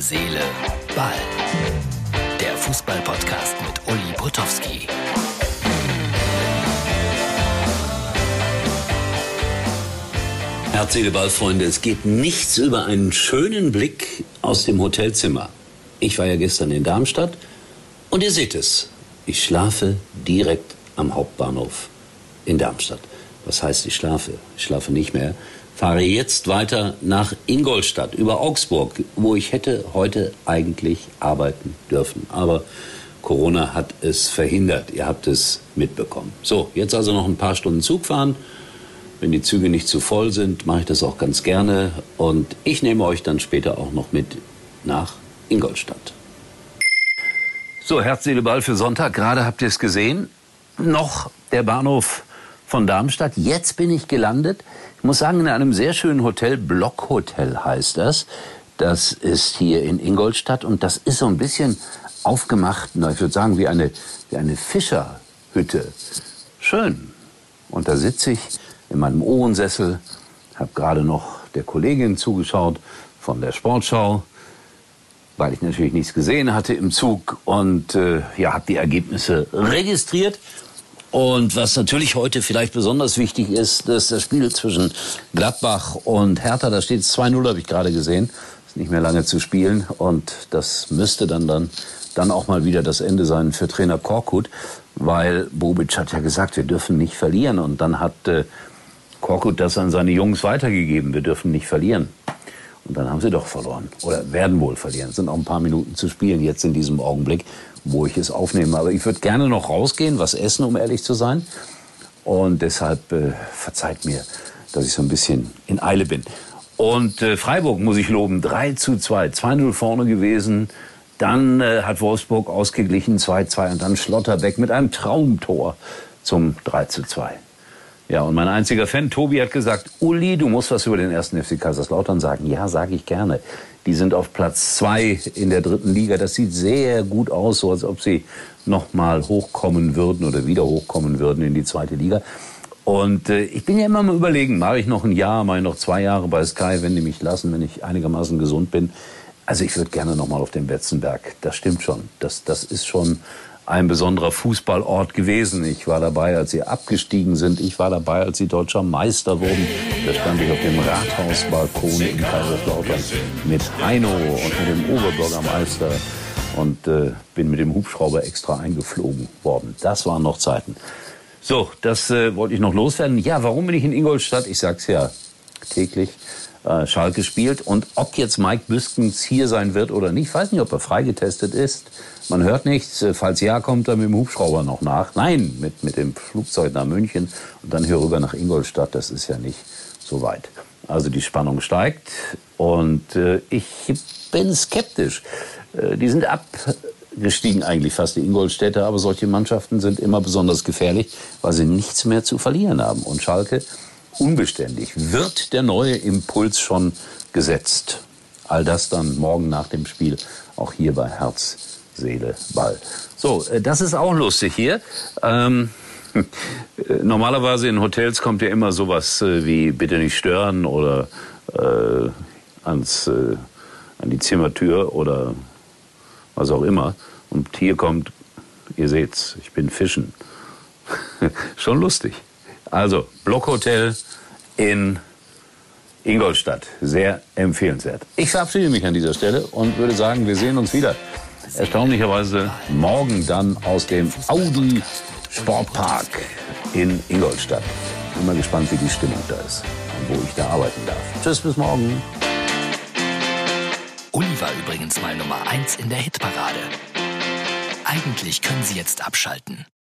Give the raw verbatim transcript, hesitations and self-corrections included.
Seele, Ball. Der Fußball-Podcast mit Uli Potowski. Herz, Seele, Ball, Freunde, es geht nichts über einen schönen Blick aus dem Hotelzimmer. Ich war ja gestern in Darmstadt und ihr seht es, ich schlafe direkt am Hauptbahnhof in Darmstadt. Was heißt, ich schlafe? Ich schlafe nicht mehr. Fahre jetzt weiter nach Ingolstadt über Augsburg, wo ich hätte heute eigentlich arbeiten dürfen. Aber Corona hat es verhindert. Ihr habt es mitbekommen. So, jetzt also noch ein paar Stunden Zug fahren. Wenn die Züge nicht zu voll sind, mache ich das auch ganz gerne. Und ich nehme euch dann später auch noch mit nach Ingolstadt. So, Herz, Seele, Ball für Sonntag. Gerade habt ihr es gesehen. Noch der Bahnhof von Darmstadt. Jetzt bin ich gelandet. Ich muss sagen, in einem sehr schönen Hotel. Blockhotel heißt das. Das ist hier in Ingolstadt. Und das ist so ein bisschen aufgemacht, na, ich würde sagen, wie eine, wie eine Fischerhütte. Schön. Und da sitze ich in meinem Ohrensessel, habe gerade noch der Kollegin zugeschaut von der Sportschau, weil ich natürlich nichts gesehen hatte im Zug und äh, ja, habe die Ergebnisse registriert. Und was natürlich heute vielleicht besonders wichtig ist, dass das Spiel zwischen Gladbach und Hertha, da steht es zwei null, habe ich gerade gesehen, ist nicht mehr lange zu spielen und das müsste dann, dann, dann auch mal wieder das Ende sein für Trainer Korkut, weil Bobic hat ja gesagt, wir dürfen nicht verlieren und dann hat äh, Korkut das an seine Jungs weitergegeben, wir dürfen nicht verlieren. Und dann haben sie doch verloren. Oder werden wohl verlieren. Es sind noch ein paar Minuten zu spielen, jetzt in diesem Augenblick, wo ich es aufnehme. Aber ich würde gerne noch rausgehen, was essen, um ehrlich zu sein. Und deshalb äh, verzeiht mir, dass ich so ein bisschen in Eile bin. Und äh, Freiburg muss ich loben, drei zu zwei. zwei null vorne gewesen. Dann äh, hat Wolfsburg ausgeglichen, zwei zwei. Und dann Schlotterbeck mit einem Traumtor zum drei zu zwei. Ja, und mein einziger Fan, Tobi, hat gesagt, Uli, du musst was über den ersten F C Kaiserslautern sagen. Ja, sage ich gerne. Die sind auf Platz zwei in der dritten Liga. Das sieht sehr gut aus, so als ob sie noch mal hochkommen würden oder wieder hochkommen würden in die zweite Liga. Und äh, ich bin ja immer mal überlegen, mache ich noch ein Jahr, mache ich noch zwei Jahre bei Sky, wenn die mich lassen, wenn ich einigermaßen gesund bin. Also ich würde gerne noch mal auf den Betzenberg. Das stimmt schon. Das, das ist schon ein besonderer Fußballort gewesen. Ich war dabei, als sie abgestiegen sind. Ich war dabei, als sie deutscher Meister wurden. Da stand ich auf dem Rathausbalkon in Kaiserslautern mit Heino und mit dem Oberbürgermeister und äh, bin mit dem Hubschrauber extra eingeflogen worden. Das waren noch Zeiten. So, das äh, wollte ich noch loswerden. Ja, warum bin ich in Ingolstadt? Ich sag's ja täglich. Äh, Schalke spielt. Und ob jetzt Mike Büskens hier sein wird oder nicht, ich weiß nicht, ob er freigetestet ist. Man hört nichts. Falls ja, kommt er mit dem Hubschrauber noch nach. Nein, mit, mit dem Flugzeug nach München und dann hier rüber nach Ingolstadt. Das ist ja nicht so weit. Also die Spannung steigt und äh, ich bin skeptisch. Äh, die sind abgestiegen eigentlich fast, die Ingolstädter. Aber solche Mannschaften sind immer besonders gefährlich, weil sie nichts mehr zu verlieren haben. Und Schalke unbeständig. Wird der neue Impuls schon gesetzt? All das dann morgen nach dem Spiel auch hier bei Herz, Seele, Ball. So, das ist auch lustig hier. Ähm, normalerweise in Hotels kommt ja immer sowas äh, wie bitte nicht stören oder äh, ans, äh, an die Zimmertür oder was auch immer. Und hier kommt, ihr seht's, ich bin fischen. Schon lustig. Also, Blockhotel in Ingolstadt. Sehr empfehlenswert. Ich verabschiede mich an dieser Stelle und würde sagen, wir sehen uns wieder. Erstaunlicherweise morgen dann aus dem Audi Sportpark in Ingolstadt. Bin mal gespannt, wie die Stimmung da ist und wo ich da arbeiten darf. Tschüss, bis morgen. Uli war übrigens mal Nummer eins in der Hitparade. Eigentlich können Sie jetzt abschalten.